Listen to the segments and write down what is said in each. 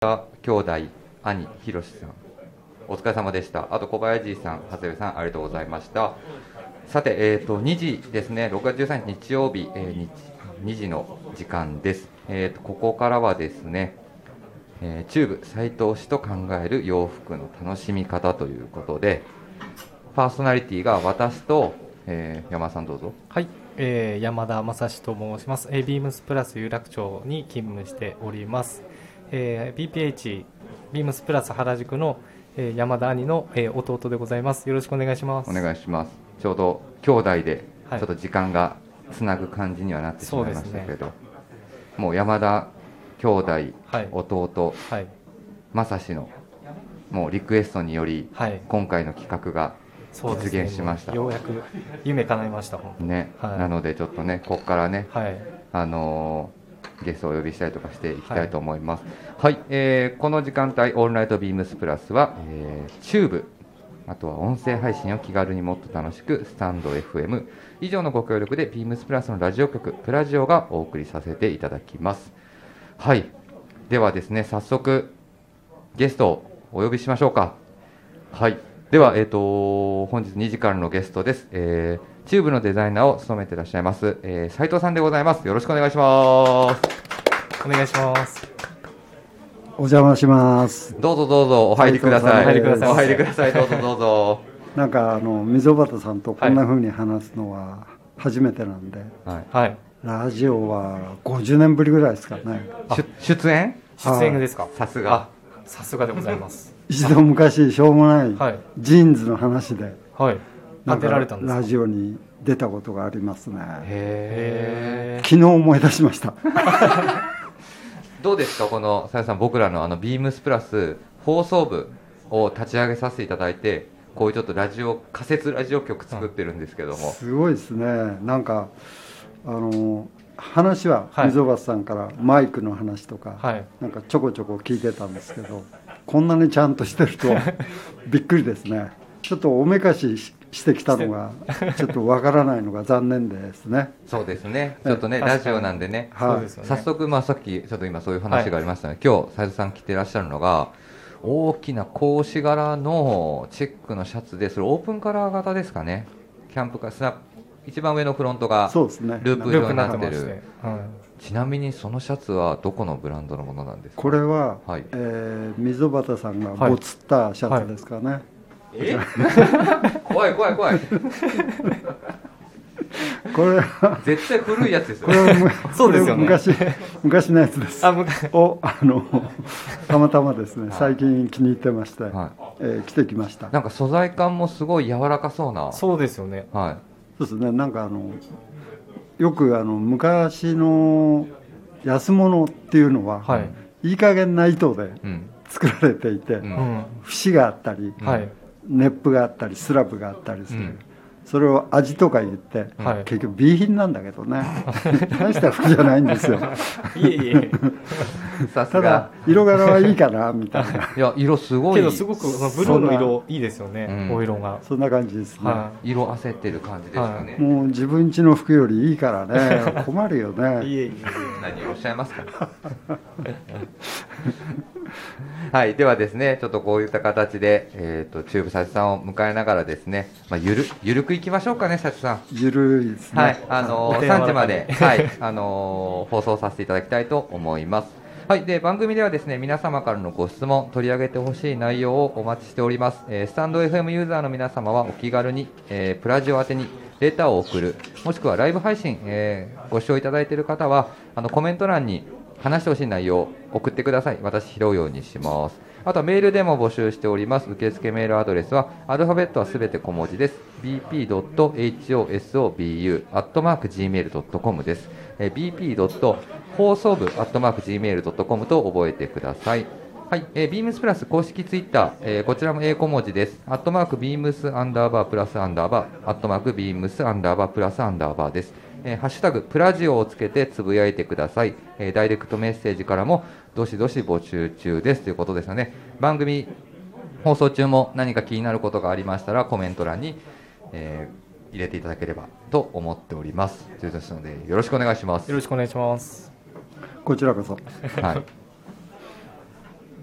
兄弟、兄、ひろしさん、お疲れ様でした。あと小林さん、長谷部さん、ありがとうございました。さて、2時ですね、6月13日日曜日、2時の時間です。ここからはですね、チューブ斉藤氏と考える洋服の楽しみ方ということで、パーソナリティが私と、山田さんどうぞ。 はい、山田正史と申します。ビームスプラス有楽町に勤務しております。BPH ビームスプラス原宿の、山田兄の、弟でございます。よろしくお願いします。 お願いします。ちょうど兄弟でちょっと時間がつなぐ感じにはなってしまいましたけど、もう山田兄弟、弟、正史のもうリクエストにより、今回の企画が実現しました。 ようやく夢叶いましたね。なのでちょっとね、ここからね、ゲストをお呼びしたりとかしていきたいと思います。はい、この時間帯、オールナイトビームスプラスは、チューブ、あとは音声配信を気軽にもっと楽しく、スタンド FM、以上のご協力で、ビームスプラスのラジオ局、プラジオがお送りさせていただきます。はい、ではですね、早速、ゲストをお呼びしましょうか。はい、では、本日2時からのゲストです。チューブのデザイナーを務めていらっしゃいます、斉藤さんでございます。よろしくお願いします。 お願いします。 お邪魔します。 どうぞどうぞお入りください。お入りください。どうぞどうぞ。 なんか溝端さんとこんな風に話すのは初めてなんで、ラジオは50年ぶりぐらいですかね。 出演ですか。 さすが。 さすがでございます。 一度昔しょうもないジーンズの話で、なんかラジオに出たことがありますね。昨日思い出しました。 どうですか、このさやさん、僕らのビームスプラス放送部を立ち上げさせていただいて、こういうちょっと仮設ラジオ局作ってるんですけども、 すごいですね。なんか話は溝端さんからマイクの話とか、なんかちょこちょこ聞いてたんですけど、こんなにちゃんとしてるとびっくりですね。ちょっとおめかししてきたのがちょっとわからないのが残念ですね。 そうですね。ちょっとね、ラジオなんでね、早速、さっきちょっと今そういう話がありましたね。今日斉藤さん着てらっしゃるのが大きな格子柄のチェックのシャツで、それオープンカラー型ですかね。キャンプカー、一番上のフロントがループ状になってる。ちなみにそのシャツはどこのブランドのものなんですか。 これは、溝端さんがボツったシャツですかね。 怖い怖い怖い。 これは絶対古いやつですよ。 これはそうですよね。昔のやつです。をたまたまですね、最近気に入ってまして、着てきました。 なんか素材感もすごい柔らかそうな。 そうですよね。 そうですね。なんかよく昔の安物っていうのは、いい加減な糸で作られていて、節があったり、ネップがあったりスラブがあったりする、それを味とか言って、結局 B 品なんだけどね。大した服じゃないんですよ。ただ色柄はいいかなみたいな。 いや、色すごい。 けどすごくブルーの色いいですよね。お色がそんな感じですね。 色あせてる感じですかね。 もう自分家の服よりいいからね。困るよね。 何をおっしゃいますか。はい、ではですね、ちょっとこういった形で、チューブ斉藤さんを迎えながらですね、ゆるくいきましょうかね、斉藤さん。 ゆるいですね。 はい、3時まで、放送させていただきたいと思います。はい、で番組ではですね、皆様からのご質問、取り上げてほしい内容をお待ちしております。スタンド FM ユーザーの皆様はお気軽に、プラジオ宛てにレターを送る、もしくはライブ配信、ご視聴いただいている方はコメント欄に話してほしい内容を送ってください。私拾うようにします。あとはメールでも募集しております。受付メールアドレスはアルファベットはすべて小文字です。bp.hosobu@gmail.com です。bp. 放送部 @gmail.com と覚えてください。はい、ビームスプラス公式ツイッター、こちらも英語文字です。@beams_+_、@beams_+_ です。ハッシュタグプラジオをつけてつぶやいてください。ダイレクトメッセージからもどしどし募集中ですということですよね。番組放送中も何か気になることがありましたらコメント欄に、入れていただければと思っております。ということですのでよろしくお願いします。 よろしくお願いします。 こちらこそ。 はい。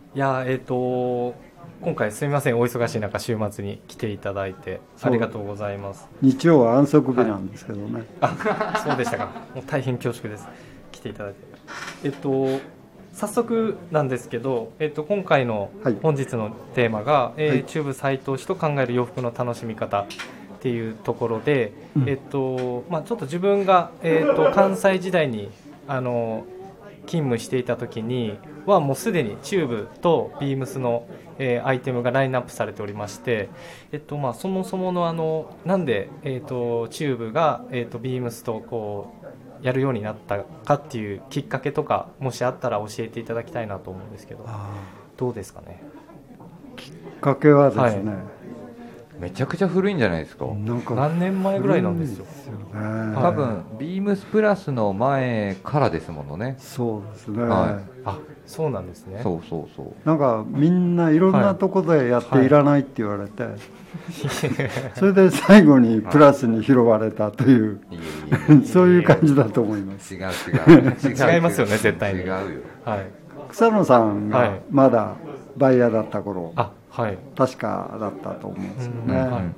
いや今回すみません、お忙しい中週末に来ていただいてありがとうございます。 日曜は安息日なんですけどね、 そうでしたか。もう大変恐縮です、来ていただいて。早速なんですけど、今回の本日のテーマが、チューブ斉藤氏と考える洋服の楽しみ方っていうところで、ちょっと自分が、関西時代に勤務していた時にはもうすでにチューブとビームスの、アイテムがラインナップされておりまして、そもそものなんで、チューブが、ビームスとこうやるようになったかっていうきっかけとかもしあったら教えていただきたいなと思うんですけど、どうですかね。 きっかけはですね、 めちゃくちゃ古いんじゃないですか。 なんか何年前ぐらいなんですよ。 多分ビームスプラスの前からですものね。 そうですね、 あ、そうなんですね。 そうそうそう。 なんかみんないろんなとこでやっていらないって言われて、それで最後にプラスに拾われたというそういう感じだと思います。 違いますよね、絶対に。 違うよ。 草野さんがまだバイヤーだった頃、 はい、 確かだったと思うんですよね。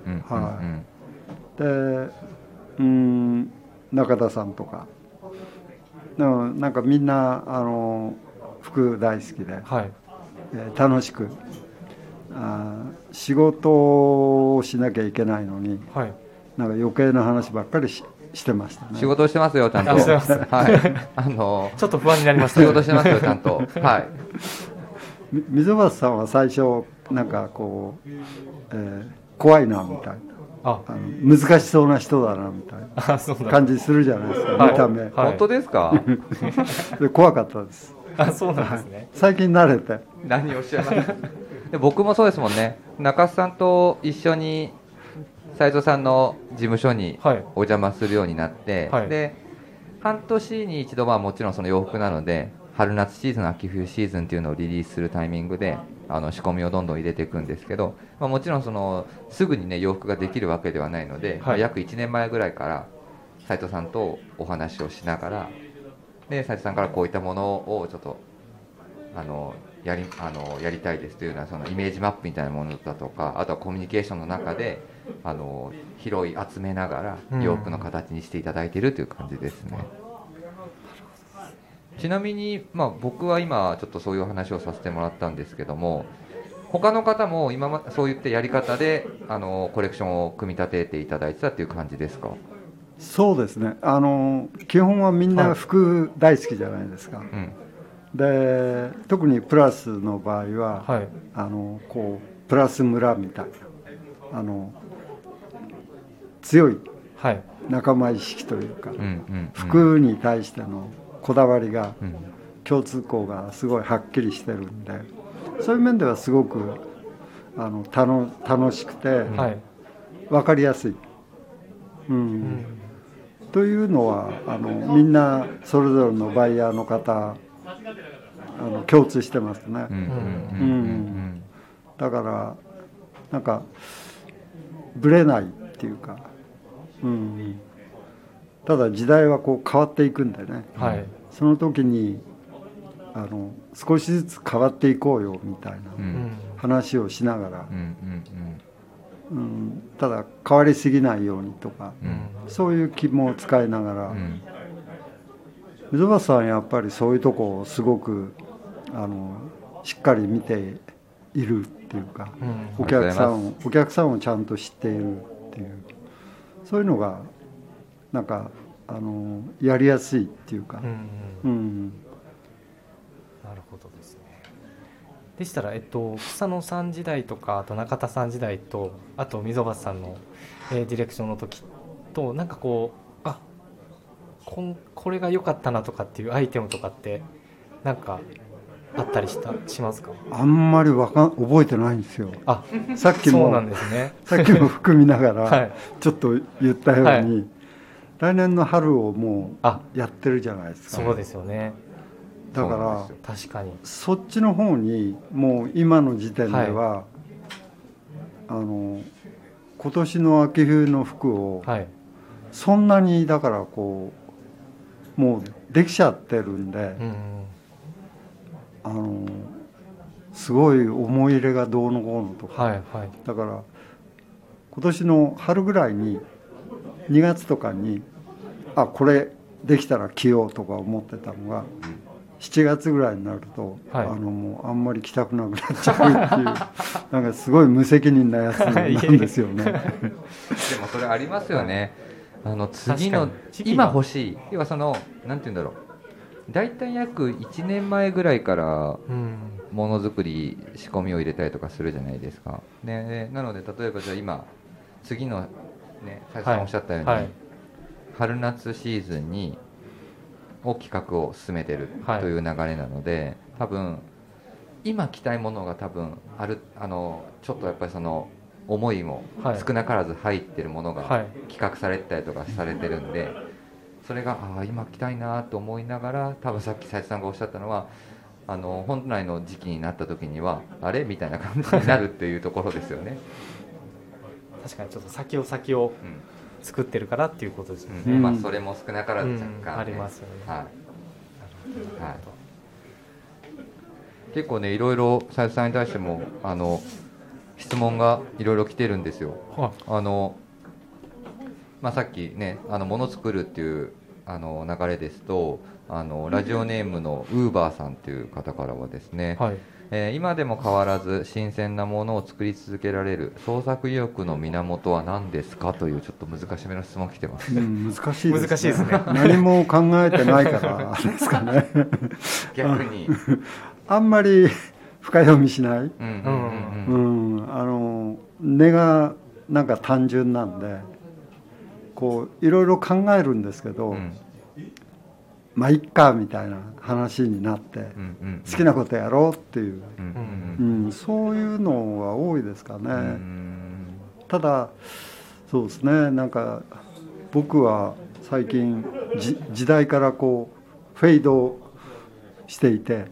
で、中田さんとかなんかみんな服大好きで、楽しく仕事をしなきゃいけないのに、なんか余計な話ばっかりしてましたね。 仕事してますよちゃんと。 してます。はい。ちょっと不安になりました。 仕事してますよちゃんと。はい。 溝端さんは最初なんかこう、怖いなみたいな、難しそうな人だなみたいな感じするじゃないですか、見た目。 本当ですか？ で怖かったです。 そうなんですね。 最近慣れて。 何をおっしゃいます？で僕もそうですもんね。中須さんと一緒に斉藤さんの事務所にお邪魔するようになって、で半年に一度はもちろんその洋服なので春夏シーズン秋冬シーズンっていうのをリリースするタイミングで仕込みをどんどん入れていくんですけど、もちろんすぐにね洋服ができるわけではないので、約1年前ぐらいから斉藤さんとお話をしながら、で斉藤さんからこういったものをちょっとやりたいですというようなそのイメージマップみたいなものだとか、あとはコミュニケーションの中で拾い集めながら洋服の形にしていただいているという感じですね。ちなみに、僕は今ちょっとそういう話をさせてもらったんですけども、他の方も今そういったやり方でコレクションを組み立てていただいてたっていう感じですか？ そうですね、基本はみんな服大好きじゃないですか、で特にプラスの場合は、こうプラス村みたいな強い仲間意識というか、服に対してのこだわりが、共通項がすごいはっきりしてるんで、そういう面ではすごく楽しくて、分かりやすい、というのはみんなそれぞれのバイヤーの方共通してますね。だからなんかぶれないっていうか、ただ時代はこう変わっていくんでね、その時に少しずつ変わっていこうよみたいな話をしながら、ただ変わりすぎないようにとか、そういう気も使いながら、溝端さんやっぱりそういうとこをすごくしっかり見ているっていうか、お客さんをちゃんと知っているっていう、そういうのがなんかやりやすいっていうか、なるほどですね。でしたら、草野さん時代とか、あと中田さん時代と、あと溝端さんの、ディレクションの時と、なんかこうこれが良かったなとかっていうアイテムとかってなんかあったりしますか？ あんまり覚えてないんですよ。さっきも、 そうなんですね。 さっきも服見ながらちょっと言ったように、来年の春をもうやってるじゃないですか。 そうですよね。 だから確かにそっちの方にもう今の時点では、今年の秋冬の服をそんなにだからこうもうできちゃってるんで、 すごい思い入れがどうのこうのとか、 はいはい、 だから今年の春ぐらいに2月とかにこれできたら着ようとか思ってたのが7月ぐらいになると、はい、もうあんまり着たくなくなっちゃうっていうなんかすごい無責任なやつなんですよねでもそれありますよね。次の今欲しい、要はなんていうんだろう、だいたい約1年前ぐらいからものづくり仕込みを入れたりとかするじゃないですか、ね、なので例えばじゃあ今次のね、斉藤さんおっしゃったように、はいはい、春夏シーズンに企画を進めてるという流れなので、多分今着たいものが多分ある、ちょっとやっぱり思いも少なからず入ってるものが企画されてたりとかされてるんで、それが今着たいなと思いながら、多分さっき斉藤さんがおっしゃったのは本来の時期になった時にはあれみたいな感じになるっていうところですよね確かにちょっと先を作ってるからっていうことですよね、 まあ、それも少なからず若干、 ありますよね、はいはい、結構ねいろいろ斉藤さんに対しても質問がいろいろ来てるんですよ、まあ、さっきねもの作るっていう流れですとラジオネームのウーバーさんという方からはですね、はい、今でも変わらず新鮮なものを作り続けられる創作意欲の源は何ですかというちょっと難しめの質問が来てます、 難しいですね何も考えてないからですかね逆にあんまり深読みしない、根がなんか単純なんでこういろいろ考えるんですけど、まあいっかみたいな話になって、好きなことやろうっていう、そういうのは多いですかね、ただそうですね、なんか僕は最近時代からこうフェードしていて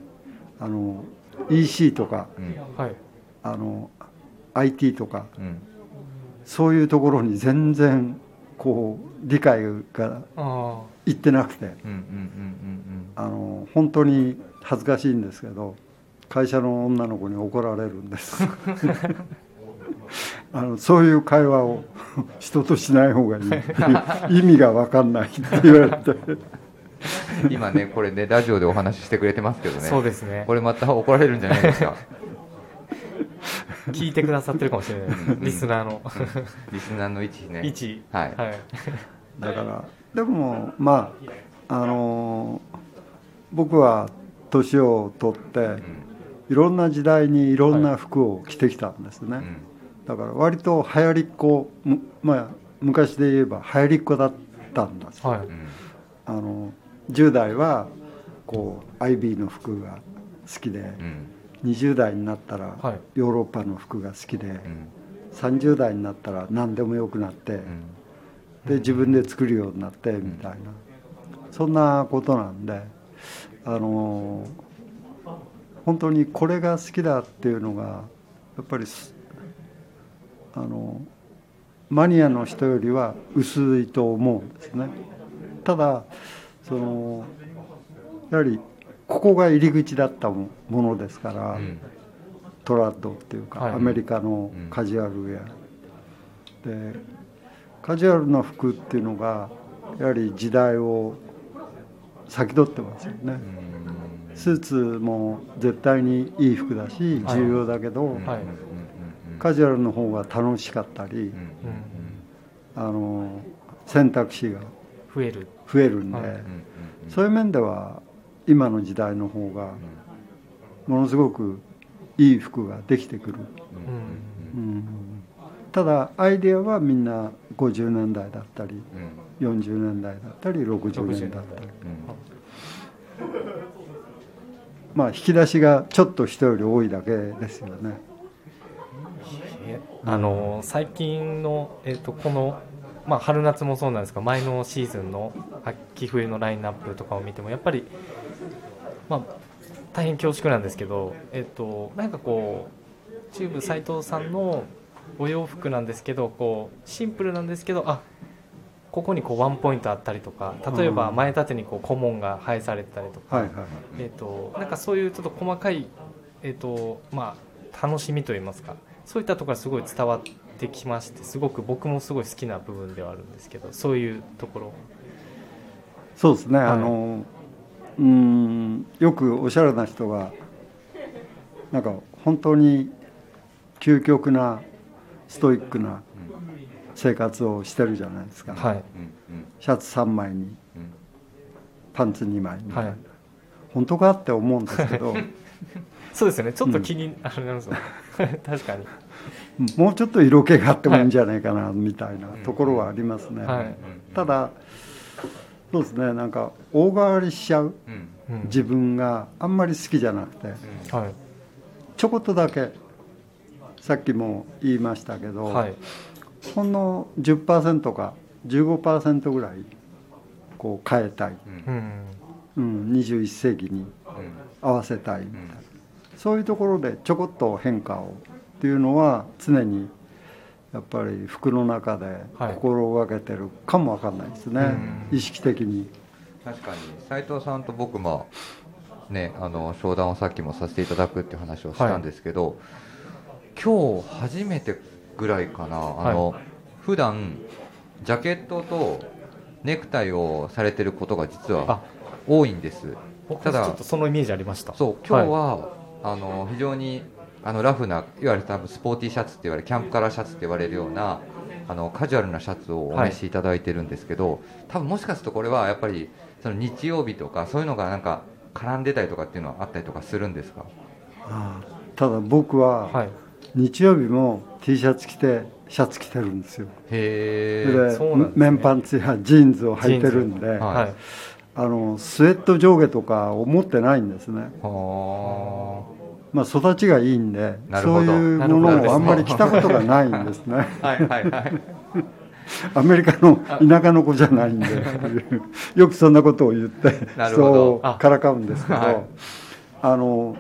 EC とか、IT とか、そういうところに全然こう理解がいってなくて、本当に恥ずかしいんですけど会社の女の子に怒られるんですそういう会話を人としない方がいい意味が分かんないって言われて今ねこれねラジオでお話ししてくれてますけどね、 そうですね、 これまた怒られるんじゃないですか聞いてくださってるかもしれないリスナーのリスナーの位置ね、 はい、 だからでもまあ僕は年を取っていろんな時代にいろんな服を着てきたんですね、だから割と流行りっ子、まあ昔で言えば流行りっ子だったんです、10代はこう IB の服が好きで、20代になったらヨーロッパの服が好きで、30代になったら何でもよくなって、で自分で作るようになってみたいな、そんなことなんで本当にこれが好きだっていうのがやっぱりマニアの人よりは薄いと思うんですね。ただやはりここが入り口だったものですから、トラッドっていうか、アメリカのカジュアルウェアで、カジュアルな服っていうのがやはり時代を先取ってますよね。スーツも絶対にいい服だし重要だけど、カジュアルの方が楽しかったり、選択肢が増えるんで、そういう面では今の時代の方がものすごくいい服ができてくる、ただアイデアはみんな50年代だったり、40年代だったり60年だったり、まあ引き出しがちょっと人より多いだけですよね。 最近の、この、春夏もそうなんですが、前のシーズンの秋冬のラインナップとかを見てもやっぱり、大変恐縮なんですけど、なんかこうチューブ斉藤さんのお洋服なんですけど、こうシンプルなんですけど、ここにこうワンポイントあったりとか、例えば前立てにこう小紋が配されてたりとか、なんかそういうちょっと細かいまあ、楽しみといいますか、そういったところがすごい伝わってきまして、すごく僕もすごい好きな部分ではあるんですけど、そういうところ。 そうですね、はい、よくおしゃれな人がなんか本当に究極なストイックな生活をしてるじゃないですか、はい、シャツ3枚にパンツ2枚みたいな、はい、本当かって思うんですけどそうですね、ちょっと気になりますよ、確かにもうちょっと色気があってもいいんじゃないかなみたいなところはありますね、はい、ただそうですね、なんか大変わりしちゃう、自分があんまり好きじゃなくて、はい、ちょこっとだけさっきも言いましたけど、はい、ほんの 10% か 15% ぐらいこう変えたい、21世紀に合わせたいみたいな、そういうところでちょこっと変化をっていうのは常にやっぱり服の中で心がけてるかもわかんないですね、意識的に。 確かに斉藤さんと僕もね、商談をさっきもさせていただくっていう話をしたんですけど、はい、今日初めてぐらいかな、普段ジャケットとネクタイをされてることが実は多いんです。 ただちょっとそのイメージありました。 そう、今日は、非常にラフないわゆる多分スポーティーシャツって言われるキャンプカラーシャツって言われるようなカジュアルなシャツをお召しいただいてるんですけど、多分もしかするとこれはやっぱりその日曜日とかそういうのがなんか絡んでたりとかっていうのはあったりとかするんですか？ ただ僕は日曜日も T シャツ着てシャツ着てるんですよ。 へー。で、ね、綿パンツやジーンズを履いてるんで、はい、スウェット上下とかを持ってないんですね。まあ、育ちがいいんでそういうものをあんまり着たことがないんですねはいはい、はい、アメリカの田舎の子じゃないんでよくそんなことを言って人をからかうんですけど、はい、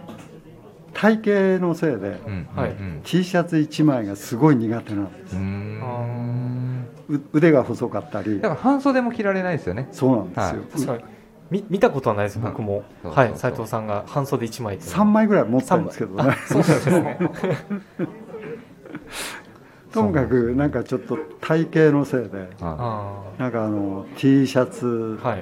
体型のせいで、T シャツ1枚がすごい苦手なんです。腕が細かったり。 だから半袖も着られないですよね。 そうなんですよ、 はい、見たことはないです、僕も。はい、斉藤さんが半袖1枚って 3枚ぐらい持ってるんですけどね。 そうですねともかくなんかちょっと体型のせいでなんかT シャツ、はい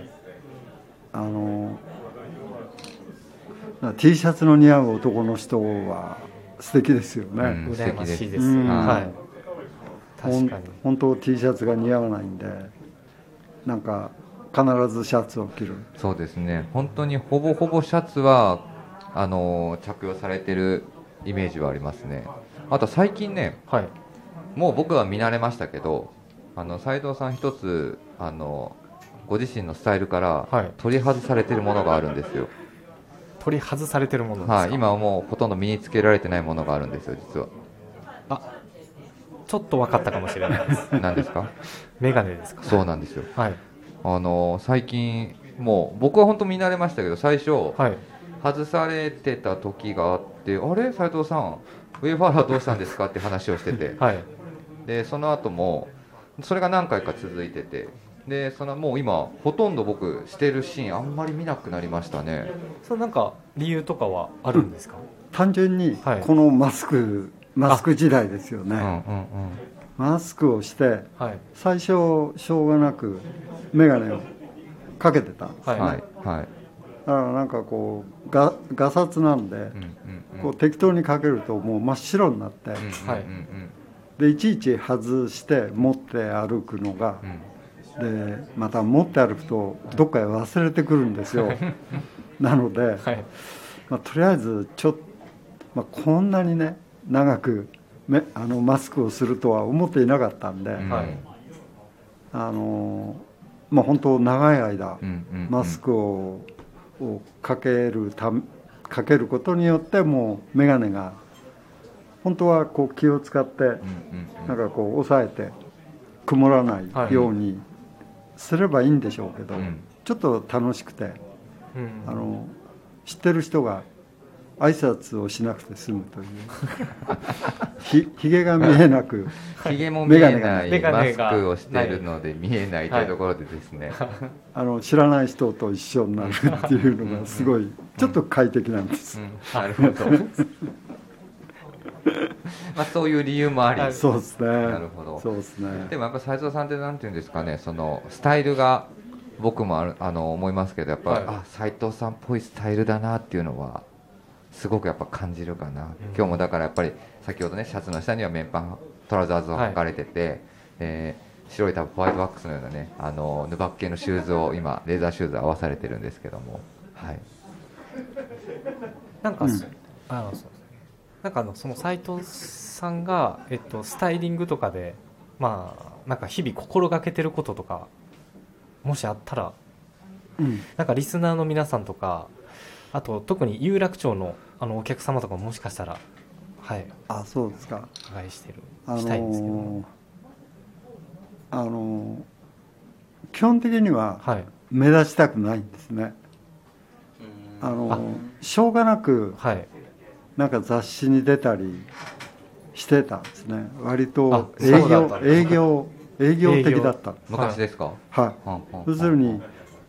、T シャツの似合う男の人は素敵ですよね、 羨ましいです、はい、確かに本当 T シャツが似合わないんでなんか必ずシャツを着る。 そうですね、本当にほぼほぼシャツは着用されてるイメージはありますね。あと最近ね、はい、もう僕は見慣れましたけど斉藤さん一つご自身のスタイルから取り外されてるものがあるんですよ。 取り外されてるものですか？ はい、今はもうほとんど身につけられてないものがあるんですよ、実は。 ちょっと分かったかもしれないです。 何ですか？ メガネですか？ そうなんですよ、 はい、 最近もう僕は本当見慣れましたけど最初、はい、外されてた時があって、あれ斉藤さんウェイファーラーどうしたんですかって話をしてて、はい、でその後もそれが何回か続いてて、でもう今ほとんど僕してるシーンあんまり見なくなりましたね。 それなんか理由とかはあるんですか？ 単純にこのマスク時代ですよね、マスクをして、はい、最初しょうがなく眼鏡をかけてたんですね、はいはい、だからなんかこうガサツなんで、こう適当にかけるともう真っ白になって、でいちいち外して持って歩くのが、でまた持って歩くとどっかへ忘れてくるんですよなので、はい、とりあえずちょっと、こんなにね長くマスクをするとは思っていなかったんで、本当長い間、マスクをかけることによってもう眼鏡が本当はこう気を使ってなんかこう押さえて曇らないようにすればいいんでしょうけど、ちょっと楽しくて、知ってる人が挨拶をしなくて済むというひげが見えなくひげも見えないマスクをしているので見えないというところでですね、 知らない人と一緒になるっていうのがすごいちょっと快適なんです、 なるほどまあそういう理由もあり、 そうですね、 なるほど、 そうですね。 でもやっぱ斉藤さんってなんていうんですかね、そのスタイルが僕も思いますけど、やっぱ、斉藤さんっぽいスタイルだなっていうのはすごくやっぱ感じるかな、今日もだからやっぱり先ほどね、シャツの下には綿パントラウザーズを履かれてて、白い多分ホワイトワックスのようなね、ヌバック系のシューズを今レーザーシューズ合わされてるんですけども、はい、 なんか、なんかその斉藤さんが、スタイリングとかで、まあ、なんか日々心がけてることとかもしあったら、なんかリスナーの皆さんとか、あと特に有楽町のお客様とかもしかしたら、はい、 そうですか、 お伺いしたいんですけど、 基本的には目立ちたくないんですね、しょうがなく、なんか雑誌に出たりしてたんですね。割と営業的だったんです。 昔ですか？ はい。要するに、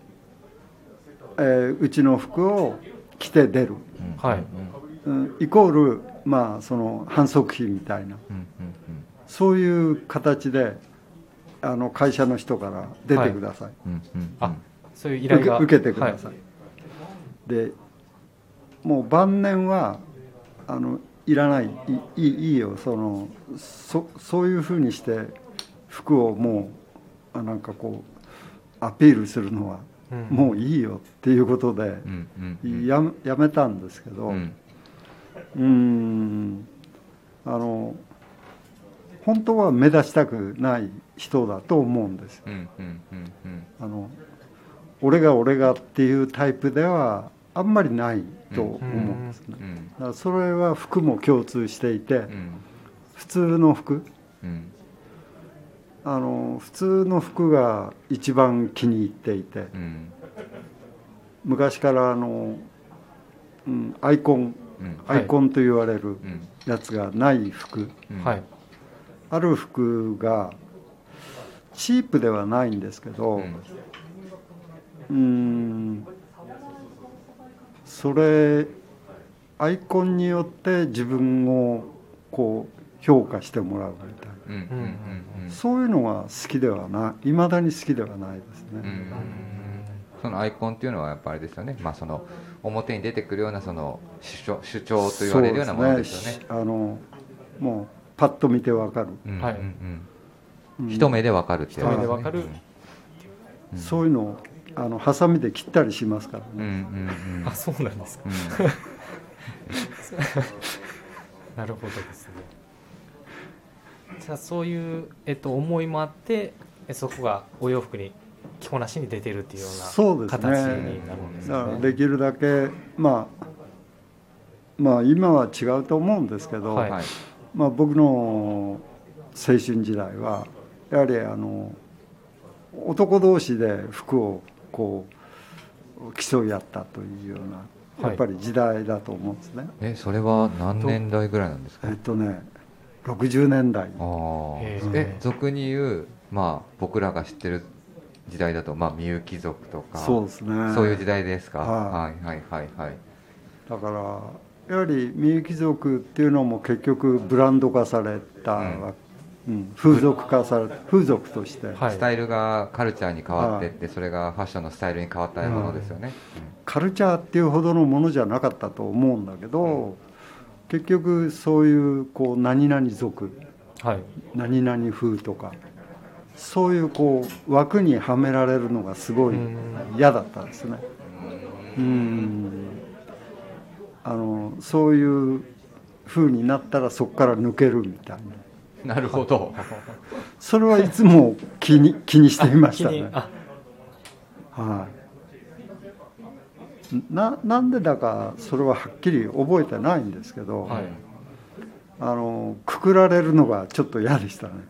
うちの服を着て出る、イコール、まあその反則費みたいな、そういう形で会社の人から出てください、 そういう依頼が受けてください、でもう晩年はいらない、いいよ、そういうふうにして服をもうなんかこうアピールするのはもういいよっていうことでやめたんですけど、本当は目立ちたくない人だと思うんです。俺がっていうタイプではあんまりないと思うんですね。だからそれは服も共通していて、普通の服、普通の服が一番気に入っていて、昔からアイコンと言われるやつがない服、ある服がチープではないんですけど、それアイコンによって自分をこう評価してもらうみたいな、そういうのが好きではない、未だに好きではないですね。 そのアイコンっていうのはやっぱりですよね、まあ、その表に出てくるようなその主張と言われるようなものですよね。 もうパッと見てわかる、 一目でわかるっていう、 そういうのをハサミで切ったりしますからね。 そうなんですか。なるほどですね。じゃあそういう、思いもあってそこがお洋服に着こなしに出てるっていうような形になるんですね。 だからできるだけ、まあ今は違うと思うんですけど、僕の青春時代はやはり男同士で服をこう競い合ったというようなやっぱり時代だと思うんですね。 それは何年代ぐらいなんですか ？60年代。 俗に言う、まあ、僕らが知ってる時代だと、まあ、みゆき族とかそうですね、 そういう時代ですか？ だからやはりみゆき族っていうのも結局ブランド化された、風俗として、 スタイルがカルチャーに変わっていって、それがファッションのスタイルに変わったものですよね。 カルチャーっていうほどのものじゃなかったと思うんだけど、結局そういうこう何々族、何々風とかそういうこう枠にはめられるのがすごい嫌だったんですね。そういう風になったらそこから抜けるみたいな。なるほど。 それはいつも気にしていましたね。なんでだかそれははっきり覚えてないんですけど、くくられるのがちょっと嫌でしたね。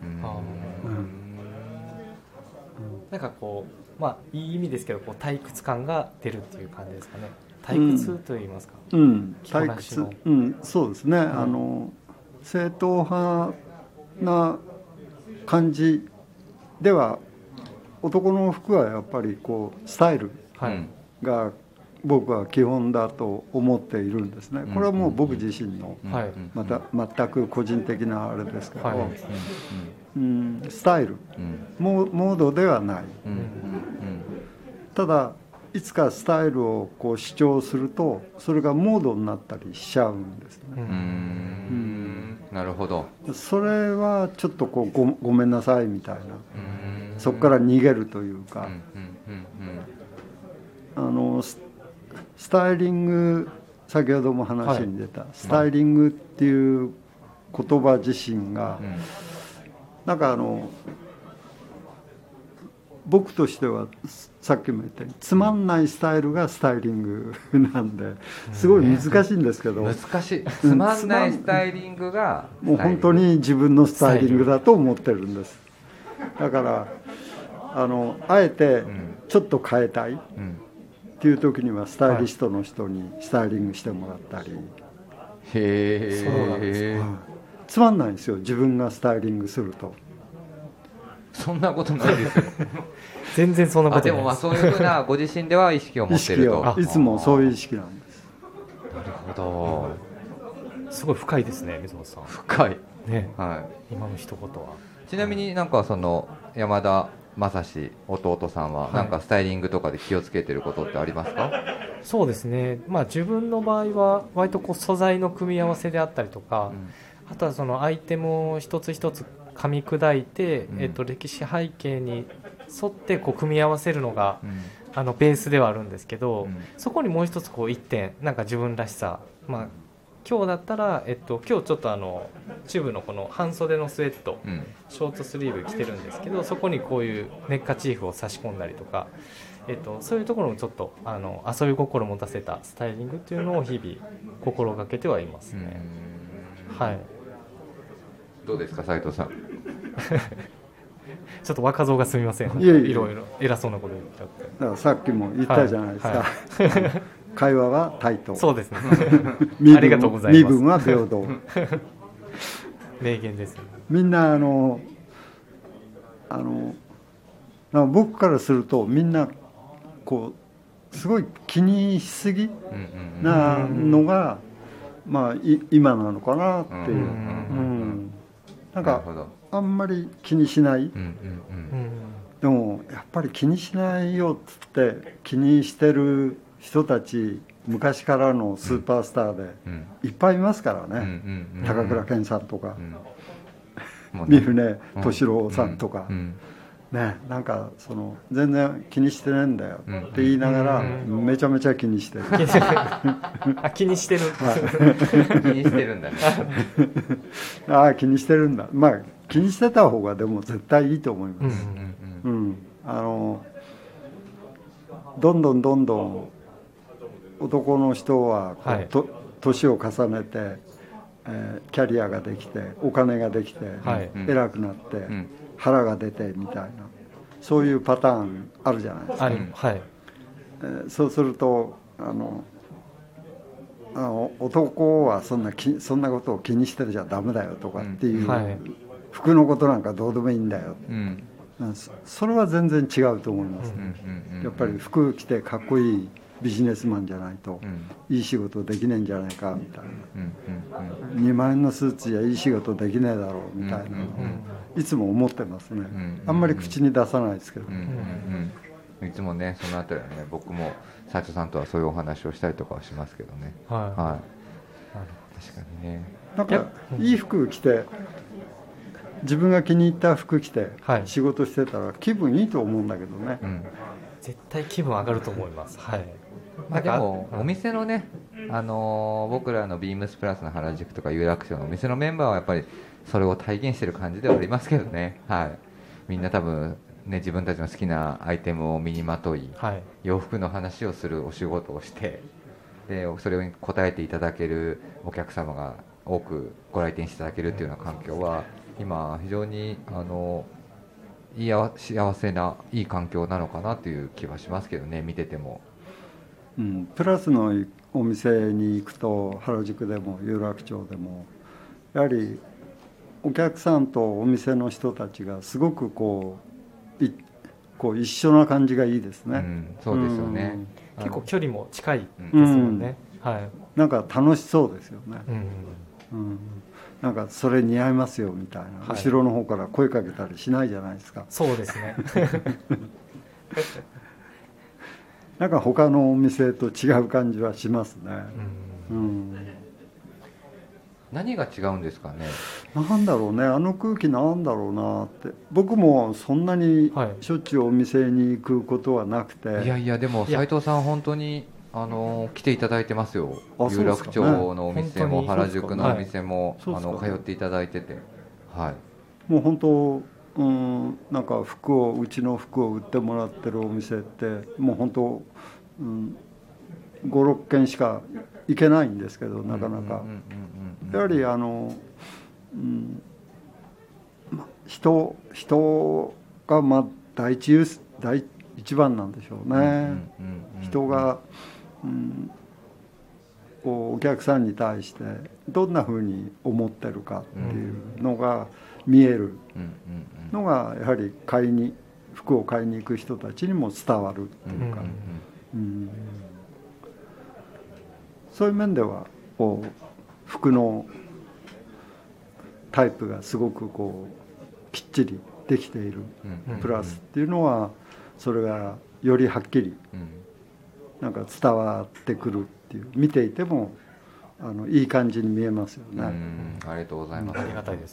なんかこう、まあいい意味ですけど、こう退屈感が出るっていう感じですかね。 退屈といいますか、 退屈、そうですね、正統派な感じでは男の服はやっぱりこうスタイルが僕は基本だと思っているんですね。これはもう僕自身のまた全く個人的なあれですけど、スタイル、モードではない。ただいつかスタイルをこう主張するとそれがモードになったりしちゃうんですね。 なるほど。 それはちょっとこう ごめんなさいみたいな、そこから逃げるというか、スタイリング、先ほども話に出た、スタイリングっていう言葉自身が、なんか僕としてはさっきも言ったようにつまんないスタイルがスタイリングなんですごい難しいんですけど、 難しい、つまんないスタイリングがもう本当に自分のスタイリングだと思ってるんです。だからあえてちょっと変えたいっていう時にはスタイリストの人にスタイリングしてもらったり。つまんないんですよ、自分がスタイリングすると。 そんなことないですよ全然そんなことないです。 でもそういうふうなご自身では意識を持っていると。 いつもそういう意識なんです。 なるほど。すごい深いですね、水本さん。 深いね、 はい、 今の一言は。 ちなみになんかその山田正史弟さんはなんかスタイリングとかで気をつけてることってありますか？ そうですね、自分の場合は割とこう素材の組み合わせであったりとか、あとはそのアイテムを一つ一つ噛み砕いて、歴史背景に沿ってこう組み合わせるのが、ベースではあるんですけど、そこにもう一つこう一点なんか自分らしさ、今日だったら、今日ちょっとチューブのこの半袖のスウェット、ショートスリーブ着てるんですけど、そこにこういうネッカチーフを差し込んだりとか、そういうところもちょっと遊び心を持たせたスタイリングというのを日々心がけてはいますね。はい。 どうですか斉藤さんちょっと若造がすみません。いろいろ偉そうなこと言っちゃって。 だからさっきも言ったじゃないですか。会話は対等。 そうですね。 ありがとうございます。身分は平等。 名言です、ね。 みんな僕からするとみんなこうすごい気にしすぎなのが今なのかなっていう。なんかあんまり気にしない。でもやっぱり気にしないよっつって気にしてる人たち、昔からのスーパースターでいっぱいいますからね。高倉健さんとか、三船敏郎さんとかね、なんか全然気にしてないんだよって言いながらめちゃめちゃ気にしてる。 気にしてる。 気にしてるんだね。 ああ気にしてるんだ。気にしてた方がでも絶対いいと思います。どんどん男の人は年を重ねて、キャリアができてお金ができて、偉くなって、腹が出てみたいな、そういうパターンあるじゃないですか。そうすると男はそんなことを気にしてるじゃダメだよとかっていう、服のことなんかどうでもいいんだよ、それは全然違うと思いますね。やっぱり服着てかっこいいビジネスマンじゃないといい仕事できねえんじゃないかみたいな、2万円のスーツじゃいい仕事できねえだろうみたいなのをいつも思ってますね。あんまり口に出さないですけど、 いつもねそのあたりはね、僕も斉藤さんとはそういうお話をしたりとかはしますけどね。確かにね。 なんかいい服着て自分が気に入った服着て仕事してたら気分いいと思うんだけどね。 絶対気分上がると思います。 でもお店のね、僕らのビームスプラスの原宿とか有楽町のお店のメンバーはやっぱりそれを体現してる感じではありますけどね。みんな多分ね、自分たちの好きなアイテムを身にまとい、洋服の話をするお仕事をして、でそれに応えていただけるお客様が多くご来店していただけるというような環境は今非常に幸せないい環境なのかなという気はしますけどね、見てても。 プラスのお店に行くと原宿でも有楽町でもやはりお客さんとお店の人たちがすごくこう一緒な感じがいいですね、 そうですよね、 結構距離も近いですよね、 なんか楽しそうですよね、なんかそれ似合いますよみたいな、後ろの方から声かけたりしないじゃないですか。 そうですねなんか他のお店と違う感じはしますね、 何が違うんですかね。 なんだろうね、あの空気なんだろうなって。僕もそんなにしょっちゅうお店に行くことはなくて、 いやいやでも斉藤さん本当に来ていただいてますよ。有楽町のお店も原宿のお店も、通っていただいてて、 もう本当、なんかうちの服を売ってもらってるお店ってもう本当、5、6軒しか行けないんですけど、なかなかやはり人が第一番なんでしょうね。人がお客さんに対してどんなふうに思ってるかっていうのが見えるのがやはり服を買いに行く人たちにも伝わるっていうか、そういう面では服のタイプがすごくきっちりできているプラスっていうのはそれがよりはっきりなんか伝わってくるっていう、見ていてもいい感じに見えますよね。 ありがとうございます。 ありがたいです。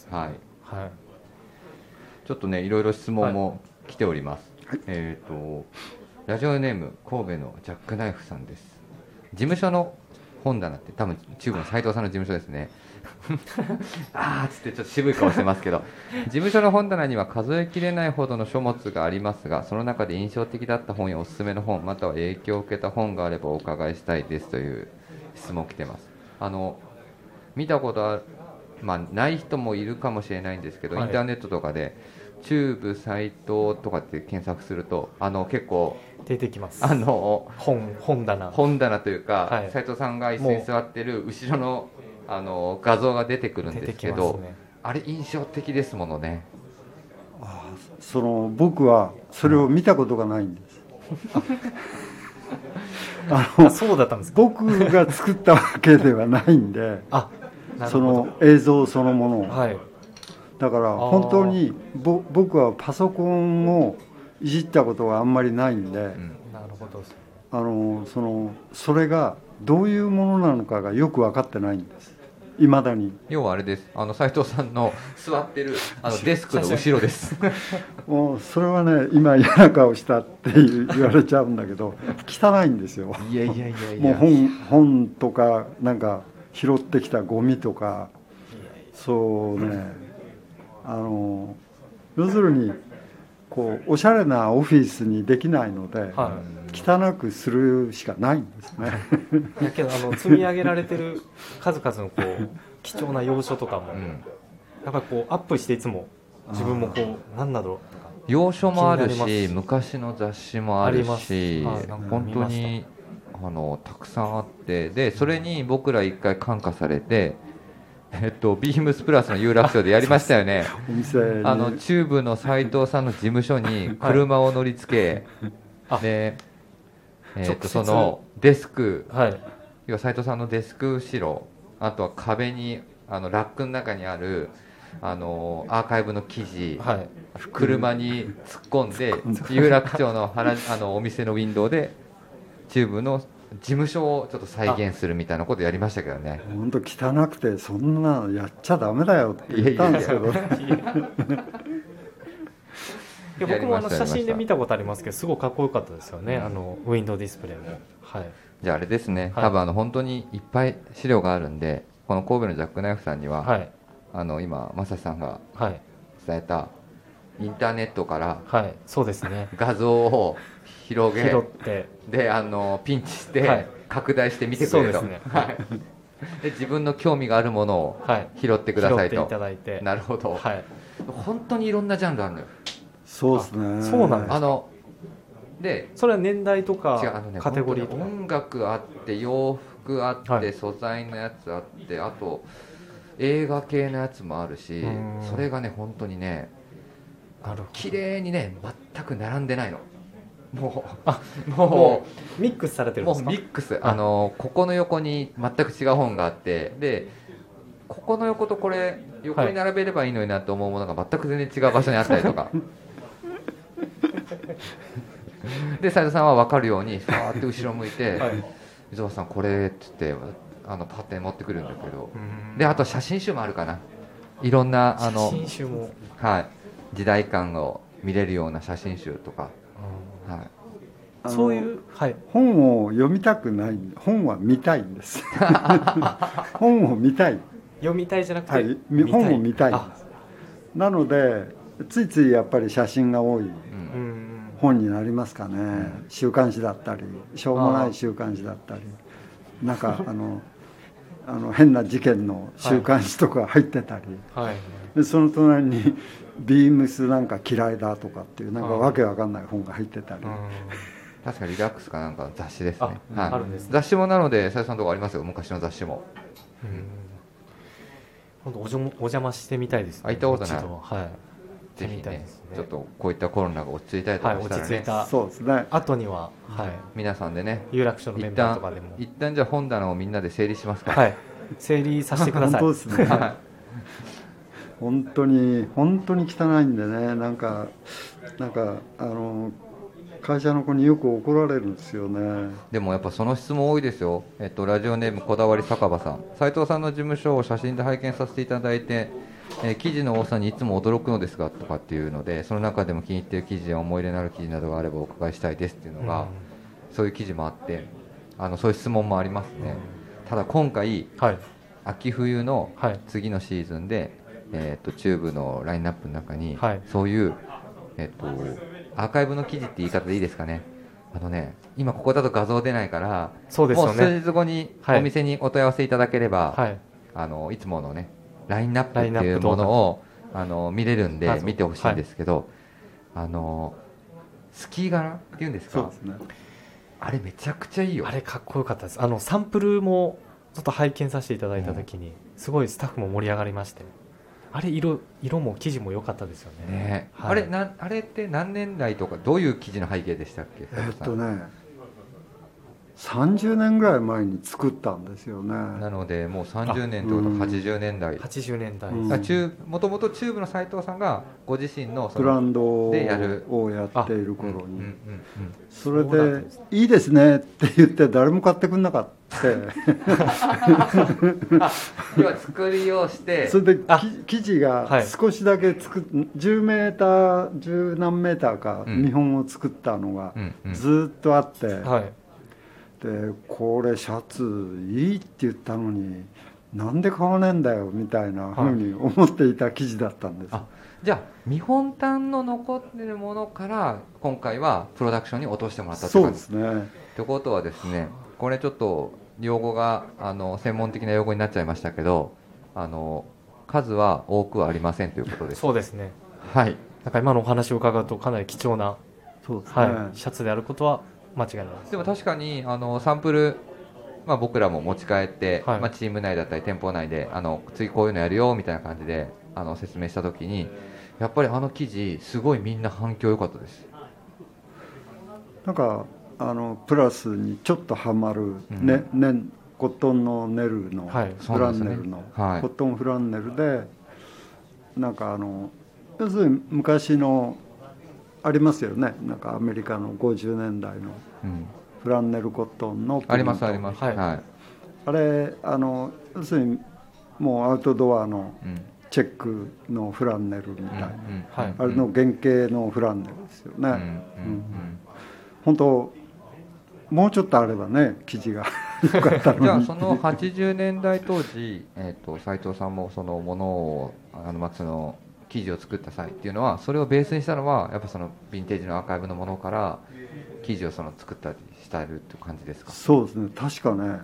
ちょっとねいろいろ質問も来ております。ラジオネーム神戸のジャックナイフさんです。事務所の本棚って多分中部の斉藤さんの事務所ですねあーつってちょっと渋い顔してますけど事務所の本棚には数えきれないほどの書物がありますが、その中で印象的だった本やおすすめの本または影響を受けた本があればお伺いしたいですという質問来てます。見たことない人もいるかもしれないんですけど、インターネットとかでチューブ斉藤とかって検索すると結構出てきます。本棚というか、斉藤さんが椅子に座ってる後ろの画像が出てくるんですけど、あれ印象的ですものね。 僕はそれを見たことがないんですそうだったんですか。 僕が作ったわけではないんでその映像そのものを、だから本当に僕はパソコンをいじったことがあんまりないんで、それがどういうものなのかがよく分かってないんです、いまだに。 要はあれです、斉藤さんの座ってるデスクの後ろですもうそれはね、今嫌な顔したって言われちゃうんだけど汚いんですよ。 いやもう本とかなんか拾ってきたゴミとか、そうね、要するにおしゃれなオフィスにできないので、汚くするしかないんですねいやけど積み上げられてる数々の貴重な要所とかも、やっぱりアップしていつも自分も何だろうとか要所もあるし昔の雑誌もあるし、本当にたくさんあって、でそれに僕ら一回感化されてビームスプラスの有楽町でやりましたよねチューブの斉藤さんの事務所に車を乗り付け、でそのデスク、要は斉藤さんのデスク後ろ、あとは壁にラックの中にあるアーカイブの記事、車に突っ込んで有楽町のお店のウィンドウでチューブの事務所をちょっと再現するみたいなことやりましたけどね。 本当汚くてそんなのやっちゃダメだよって言ったんですけど僕も写真で見たことありますけど、すごくかっこよかったですよね、ウィンドウディスプレイも。 じゃああれですね、多分本当にいっぱい資料があるんで、この神戸のジャックナイフさんには、今正さんが伝えたインターネットからそうですね、 画像を広げてでピンチして拡大して見てくれると、で自分の興味があるものを拾ってくださいと、 拾っていただいて。 なるほど、本当にいろんなジャンルあるのよ。 そうですね。 そうなんです。 でそれは年代とかカテゴリーとか、 音楽あって洋服あって、はい、素材のやつあって、あと映画系のやつもあるし、それがね本当にね綺麗にね全く並んでないの。もうミックスされてるんですか？ もうミックス、ここの横に全く違う本があって、でここの横とこれ横に並べればいいのになと思うものが全く全然違う場所にあったりとかで斉藤さんは分かるようにファーって後ろ向いて「溝端さんこれ」って言ってパッて持ってくるんだけど、であと写真集もあるかな、いろんな写真集も、 はい、時代感を見れるような写真集とか、 はい、そういう、はい、 本を読みたくない、本は見たいんです本を見たい、 読みたいじゃなくて、 はい、本を見たいんです。なのでついついやっぱり写真が多い本になりますかね、週刊誌だったりしょうもない週刊誌だったり、なんか変な事件の週刊誌とか入ってたり、はい、でその隣にビームスなんか嫌いだとかっていうなんかわけわかんない本が入ってたり、 確かリラックスかなんか雑誌ですね、はい、あるんですね。雑誌もなので斉藤さんのとこありますよ、昔の雑誌も。 本当お邪魔してみたいですね。 行ったことない、 はい、 ぜひね、ちょっとこういったコロナが落ち着いたりとかしたらね、 落ち着いたそうですね、 後には、はい、 皆さんでね、 有楽町のメンバーとかでも一旦じゃあ本棚をみんなで整理しますか、 はい、整理させてください。 本当ですね本当に汚いんでね、なんか会社の子によく怒られるんですよね。 でもやっぱその質問多いですよ。ラジオネームこだわり酒場さん、斉藤さんの事務所を写真で拝見させていただいて、記事の多さにいつも驚くのですがとかっていうので、その中でも気に入っている記事や思い入れのある記事などがあればお伺いしたいですっていうのが、そういう記事もあって、そういう質問もありますね。ただ今回、はい、秋冬の次のシーズンで、チューブのラインナップの中に、はい、そういう、アーカイブの記事って言い方でいいですかね、今ここだと画像出ないから、 そうですよね、 もう数日後にお店にお問い合わせいただければ、はい、いつものねラインナップっていうものを見れるんで見てほしいんですけど、はい、スキー柄っていうんですか、 そうですね、 あれめちゃくちゃいいよ。 あれかっこよかったです。サンプルもちょっと拝見させていただいた時に、すごいスタッフも盛り上がりまして、あれ色も生地も良かったですよ ね、 はい、あれって何年代とかどういう生地の背景でしたっけ？ 30年ぐらい前に作ったんですよね。 なのでもう30年ということは80年代、 80年代、 もともとチューブの斉藤さんがご自身のブランドをやっている頃に、それでいいですねって言って誰も買ってくれなかった要は作りをしてそれで生地が少しだけ10メーター10何メーターか見本を作ったのがずっとあって、でこれシャツいいって言ったのになんで買わねえんだよみたいなふうに思っていた生地だったんです。 じゃあ見本単の残っているものから今回はプロダクションに落としてもらったって感じですね。ということはですね、これちょっと用語が専門的な用語になっちゃいましたけど、数は多くはありませんということです。 そうですね、 はい。 なんか今のお話を伺うとかなり貴重な、 そうですね、 はい、シャツであることは間違いないです。 でも確かにサンプル、僕らも持ち帰って、チーム内だったり店舗内で次こういうのやるよみたいな感じで説明したときに、やっぱり記事すごいみんな反響良かったです。 なんかプラスにちょっとはまる、コットンのネルの、フランネルの、コットンフランネルでなんか要するに昔のありますよね、なんかアメリカの50年代のフランネルコットンのプリント、 あります、はい、 あれ要するにもうアウトドアのチェックのフランネルみたいな、あれの原型のフランネルですよね。本当もうちょっとあればね生地が良かったのにじゃあその80年代当時、斉藤さんもそのものをその生地を作った際っていうのは、それをベースにしたのはやっぱそのヴィンテージのアーカイブのものから生地を作ったりしたるっていう感じですか？ そうですね、確かね、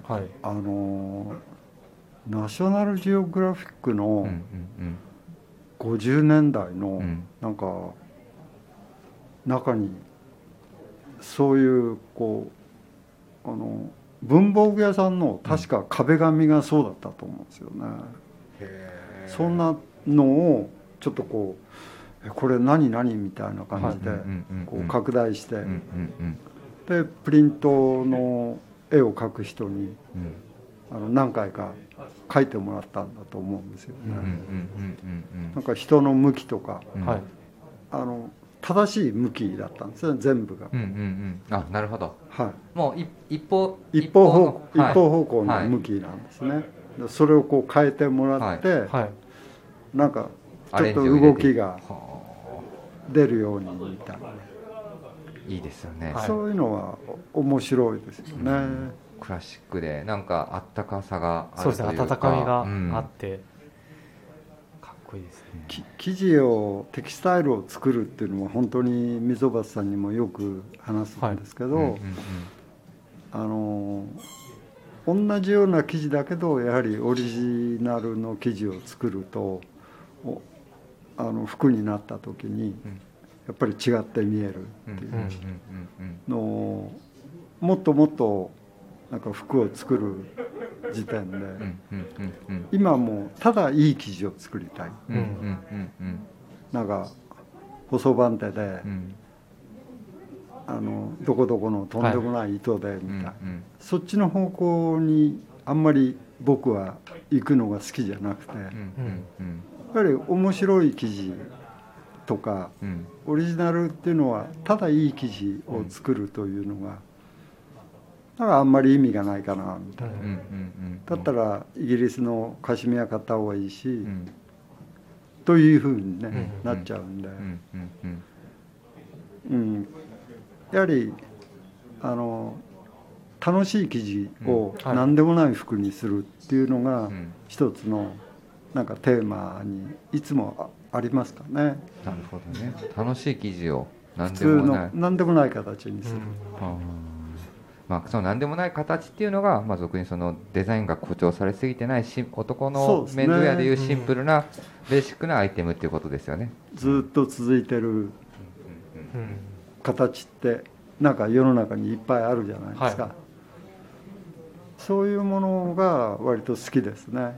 ナショナルジオグラフィックの50年代のなんか中にそういうこう文房具屋さんの確か壁紙がそうだったと思うんですよね。そんなのをちょっとこうこれ何みたいな感じでこう拡大して、でプリントの絵を描く人に何回か描いてもらったんだと思うんですよね。なんか人の向きとか、正しい向きだったんですね、全部が。 あ、なるほど。 はい、 もう一方方向の向きなんですね。それをこう変えてもらって、なんかちょっと動きが出るようにみたいな。 いいですよね。 そういうのは面白いですよね。 クラシックでなんかあったかさがあるというか、 そうですね、温かみがあって、かっこいいですね。 生地をテキスタイルを作るっていうのは本当に溝端さんにもよく話すんですけど、同じような生地だけどやはりオリジナルの生地を作ると服になった時にやっぱり違って見えるっていうのをもっともっとなんか服を作る時点で今もうただいい生地を作りたい、なんか細番手でどこどこのとんでもない糸でみたいな、そっちの方向にあんまり僕は行くのが好きじゃなくて、やっぱり面白い生地とか、オリジナルっていうのはただいい生地を作るというのがだからあんまり意味がないかなみたいな、だったらイギリスのカシミヤ買った方がいいし、というふうに、ねなっちゃうんで、やはり楽しい生地を何でもない服にするっていうのが一つのなんかテーマにいつもありますかね。 なるほどね。楽しい生地を何でもない、何でもない形にする。 その何でもない形っていうのが、俗にそのデザインが誇張されすぎてない男のメンズウェアでいうシンプルなベーシックなアイテムっていうことですよね。 ずっと続いてる形ってなんか世の中にいっぱいあるじゃないですか、そういうものが割と好きですね。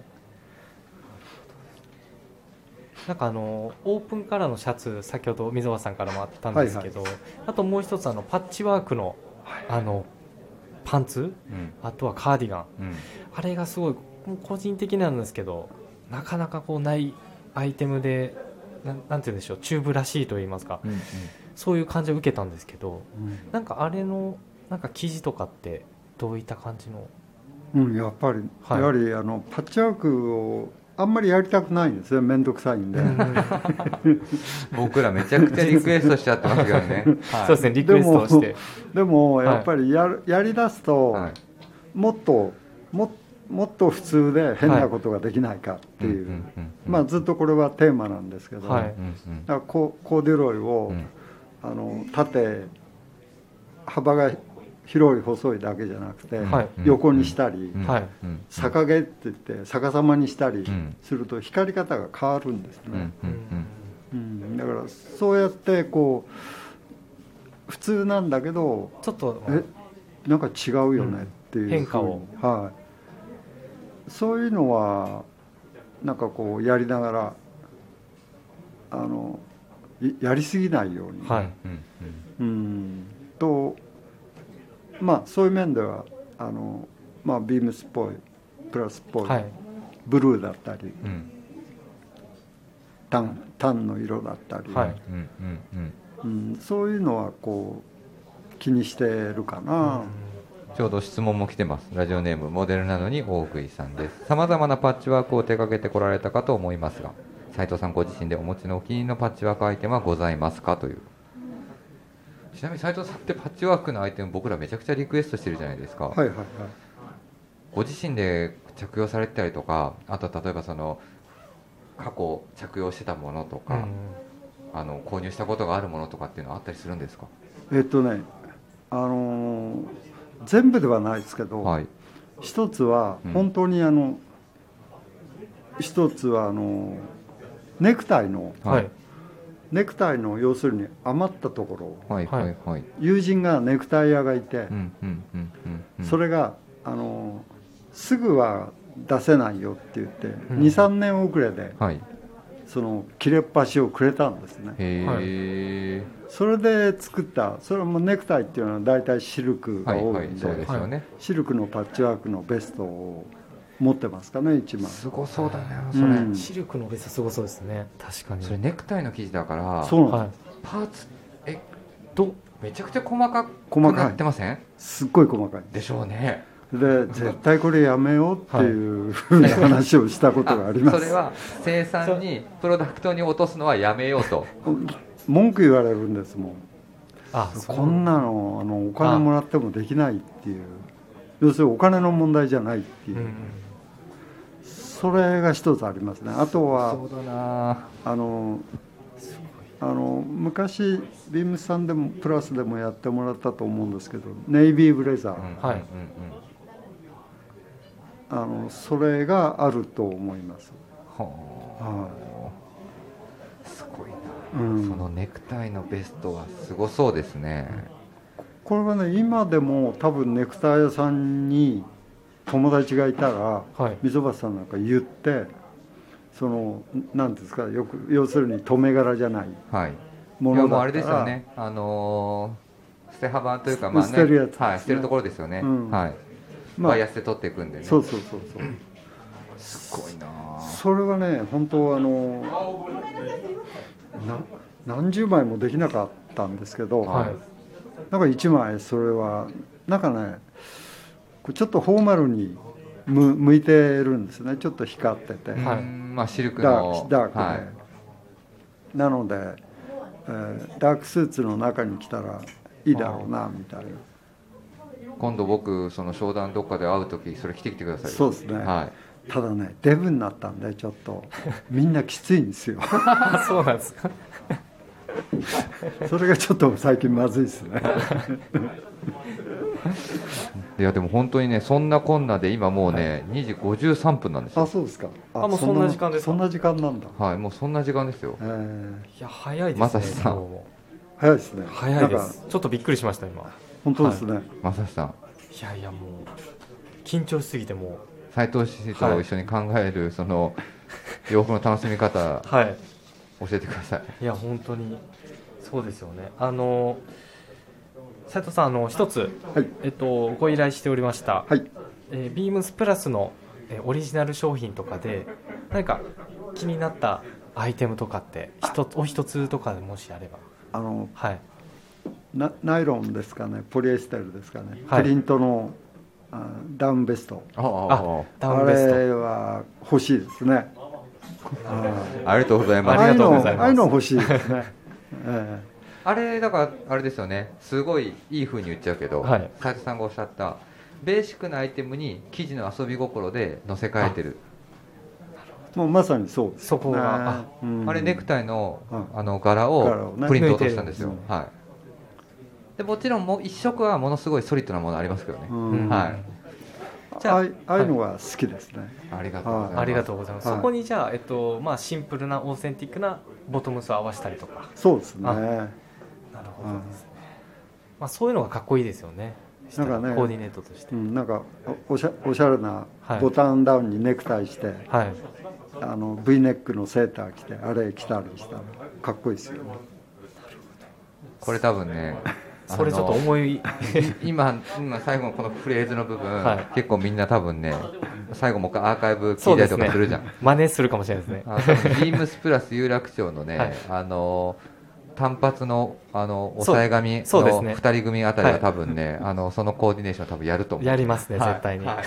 なんかオープンカラーのシャツ、先ほど溝端さんからもあったんですけど、あともう一つパッチワークのパンツ、あとはカーディガン、あれがすごい個人的なんですけど、なかなかこうないアイテムで、なんて言うんでしょう、チューブらしいと言いますか、そういう感じを受けたんですけど、なんかあれのなんか生地とかってどういった感じの？ やっぱりパッチワークをあんまりやりたくないんですよ、面倒くさいんで。 僕らめちゃくちゃリクエストしちゃってますけどね。 そうですね、リクエストをして。 でもやっぱりやりだすと、もっと普通で変なことができないかっていう、ずっとこれはテーマなんですけど、だからコーデュロイを縦幅が広い細いだけじゃなくて、横にしたり、逆毛って言って逆さまにしたりすると光り方が変わるんですね。だからそうやってこう普通なんだけどちょっとなんか違うよねっていう変化を、 そういうのはなんかこうやりながらやりすぎないように、とそういう面ではビームスっぽいプラスっぽい、ブルーだったり、タンの色だったり、そういうのはこう気にしてるかな。 ちょうど質問も来てます。ラジオネームモデルなのに大食いさんです。さまざまなパッチワークを手掛けてこられたかと思いますが、斉藤さんご自身でお持ちのお気に入りのパッチワークアイテムはございますかという。ちなみに斉藤さんってパッチワークのアイテム僕らめちゃくちゃリクエストしてるじゃないですか。ご自身で着用されてたりとか、あと例えばその過去着用してたものとか、購入したことがあるものとかっていうのはあったりするんですか？ 全部ではないですけど、一つは本当に一つはネクタイの、 ネクタイの要するに余ったところを、 はいはいはい、 友人がネクタイ屋がいて、それがすぐは出せないよって言って、23年遅れで、はい、その切れっ端をくれたんですね。 へー、それで作った、それもネクタイっていうのは大体シルクが多いんで、シルクのパッチワークのベストを持ってますかね、一枚。 すごそうだねそれ、 シルクのベストすごそうですね。確かにそれネクタイの生地だから、 そうなんです、 パーツめちゃくちゃ細かくなってません？ すっごい細かいでしょうね。 で絶対これやめようっていうふうな話をしたことがあります。 それは生産にプロダクトに落とすのはやめようと文句言われるんですもん。こんなのお金もらってもできないっていう、要するにお金の問題じゃないっていう、それが一つありますね。あとはそうだな、 昔ビームスさんでもプラスでもやってもらったと思うんですけど、ネイビーブレザー、それがあると思います。 すごいな、そのネクタイのベストはすごそうですね。 これはね、今でも多分ネクタイ屋さんに友達がいたら、溝端さんなんか言って、そのなんですか、要するに留め柄じゃないものだったら、いやもうあれですよね、捨て幅というか、まあね、 捨てるやつですね、 捨てるところですよね、バイアスで取っていくんでね。 そうすごいな。 それはね、本当何十枚もできなかったんですけど、なんか1枚それはなんかね、ちょっとフォーマルに向いてるんですね。ちょっと光ってて、 まあシルクのダークで、なので、ダークスーツの中に着たらいいだろうなみたいな。 今度僕その商談どっかで会う時それ着てきてください。 そうですね、ただね、デブになったんでちょっとみんなきついんですよ。 そうなんですか。 それがちょっと最近まずいですね。 いやでも本当にね、そんなこんなで今もうね、2時53分なんですよ。 あ、そうですか。 もうそんな時間ですか。 そんな時間なんだ。 はい、もうそんな時間ですよ。 いや早いですね。 まさしさん早いですね。 早いです。ちょっとびっくりしました今。 本当ですね。 まさしさん、 いやもう緊張しすぎて、もう斉藤氏と一緒に考えるその洋服の楽しみ方、教えてください。 いや本当にそうですよね。斉藤さん、一つ、ご依頼しておりました、ビームスプラスのオリジナル商品とかで何か気になったアイテムとかってお一つとかでもしあれば。 ナイロンですかね、ポリエステルですかね、プリントのダウンベスト、 ダウンベスト、 あれは欲しいですね。 ありがとうございます。 ああいうの欲しいですね。 あれだからあれですよね、すごいいい風に言っちゃうけど、斉藤さんがおっしゃったベーシックなアイテムに生地の遊び心で乗せ替えてる。 もうまさにそうです。 そこがあれネクタイの柄をプリント落としたんですよ。でもちろんもう一色はものすごいソリッドなものありますけどね。 じゃあああいうのが好きですね。 ありがとうございます。 ありがとうございます。そこにじゃあシンプルなオーセンティックなボトムスを合わせたりとか。 そうですね。 なるほどですね。そういうのがかっこいいですよね。なんかね、コーディネートとして。 なんかおしゃれなボタンダウンにネクタイして、V ネックのセーター着てあれ着たりしたらかっこいいですよね。 これ多分ね。 それちょっと思い今最後のこのフレーズの部分、結構みんな多分ね、最後もう一回アーカイブ聞いたりとかするじゃん。 真似するかもしれないですね。ビームスプラス有楽町のね、単発の抑え髪の2人組あたりは多分ね、そのコーディネーション多分やると思う。 やりますね、絶対に。い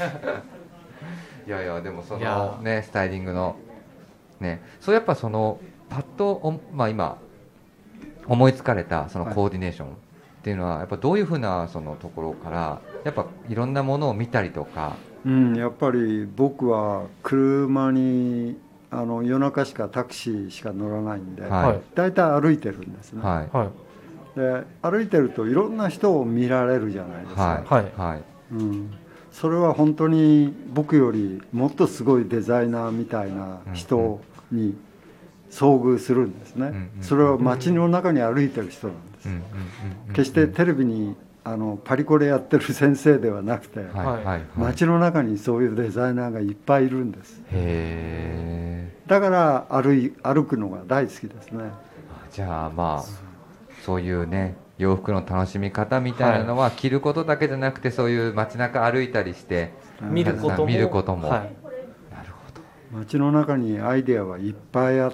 やでもそのね、スタイリングのね、そうやっぱそのパッと今思いつかれたそのコーディネーションっていうのはやっぱどういうふうなそのところからやっぱいろんなものを見たりとか。 やっぱり僕は車に夜中しかタクシーしか乗らないんで、だいたい歩いてるんですね。で歩いてるといろんな人を見られるじゃないですか。それは本当に僕よりもっとすごいデザイナーみたいな人に遭遇するんですね。それは街の中に歩いてる人なんです。決してテレビにパリコレやってる先生ではなくて、街の中にそういうデザイナーがいっぱいいるんです。だから歩くのが大好きですね。 じゃあまあそういうね洋服の楽しみ方みたいなのは、着ることだけじゃなくてそういう街中歩いたりして見ることも、 なるほど。街の中にアイデアはいっぱいあって、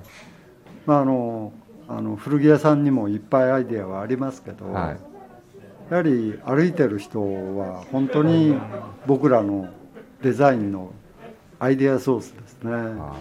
古着屋さんにもいっぱいアイデアはありますけど、やはり歩いてる人は本当に僕らのデザインのアイデアソースですね。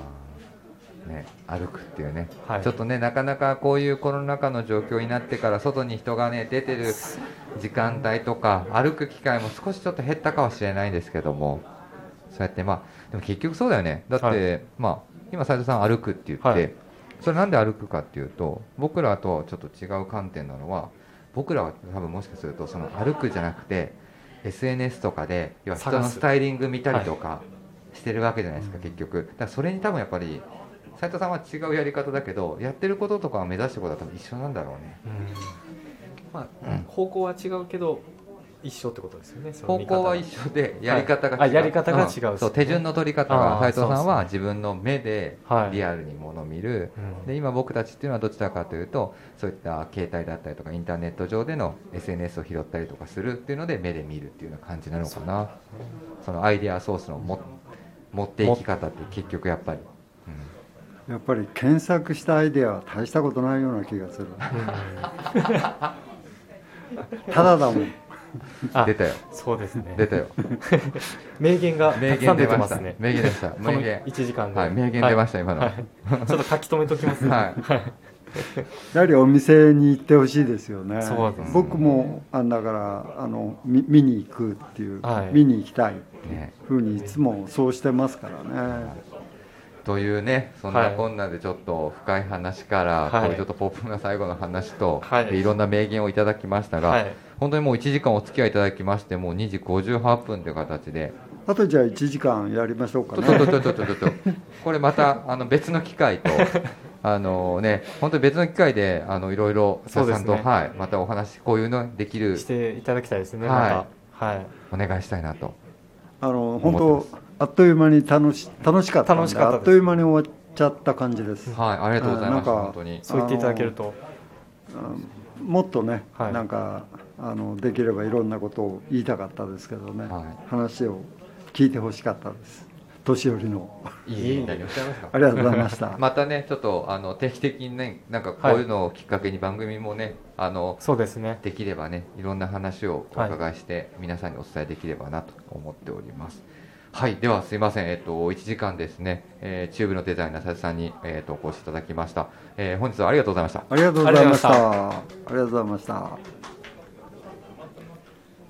歩くっていうね、ちょっとねなかなかこういうコロナ禍の状況になってから外に人がね出てる時間帯とか歩く機会も少しちょっと減ったかもしれないんですけども、そうやってでも結局そうだよね。だって、今斉藤さん歩くって言って、それなんで歩くかっていうと、僕らとちょっと違う観点なのは、僕らは多分もしかするとその歩くじゃなくて SNS とかで要は人のスタイリング見たりとかしてるわけじゃないですか、結局。だからそれに多分やっぱり斉藤さんは違うやり方だけど、やってることとか目指してることは多分一緒なんだろうね。 方向は違うけど一緒ってことですよね。 方向は一緒でやり方が違う。 やり方が違う。 そう、手順の取り方が斉藤さんは自分の目でリアルにものを見る。で今僕たちっていうのはどちらかというとそういった携帯だったりとかインターネット上での SNS を拾ったりとかするっていうので目で見るっていうような感じなのかな。そのアイデアソースの持っていき方って結局やっぱり。 やっぱり検索したアイデアは大したことないような気がする。ただだもん。 出たよ。 そうですね。 出たよ。 名言がたくさん出てますね。 名言でした。名言。 1時間で。 名言出ました今の。 ちょっと書き留めときますね。 やはりお店に行ってほしいですよね。僕もだから見に行くっていう、見に行きたいっていうふうにいつもそうしてますからね。 というね、そんなこんなでちょっと深い話から、こういうちょっとポップな最後の話と、いろんな名言をいただきましたが、本当にもう1時間お付き合いいただきまして、もう2時58分という形で。 あとじゃあ1時間やりましょうかね。 これまた別の機会と、本当に別の機会でいろいろ佐々さんと、またお話こういうのできるしていただきたいですね。 お願いしたいなと。 本当あっという間に楽しかったんで、あっという間に終わっちゃった感じです。 ありがとうございます。本当にそう言っていただけるともっとね、なんかできればいろんなことを言いたかったですけどね、話を聞いてほしかったです。年寄りのいい何おっしゃいますか。 ありがとうございました。 またねちょっと定期的にねなんかこういうのをきっかけに番組もねそうですね、 できればねいろんな話をお伺いして皆さんにお伝えできればなと思っております。はい、ではすいません、1時間ですね、チューブのデザイナー佐々さんに、お越しいただきました。本日はありがとうございました。 ありがとうございました。ありがとうございました。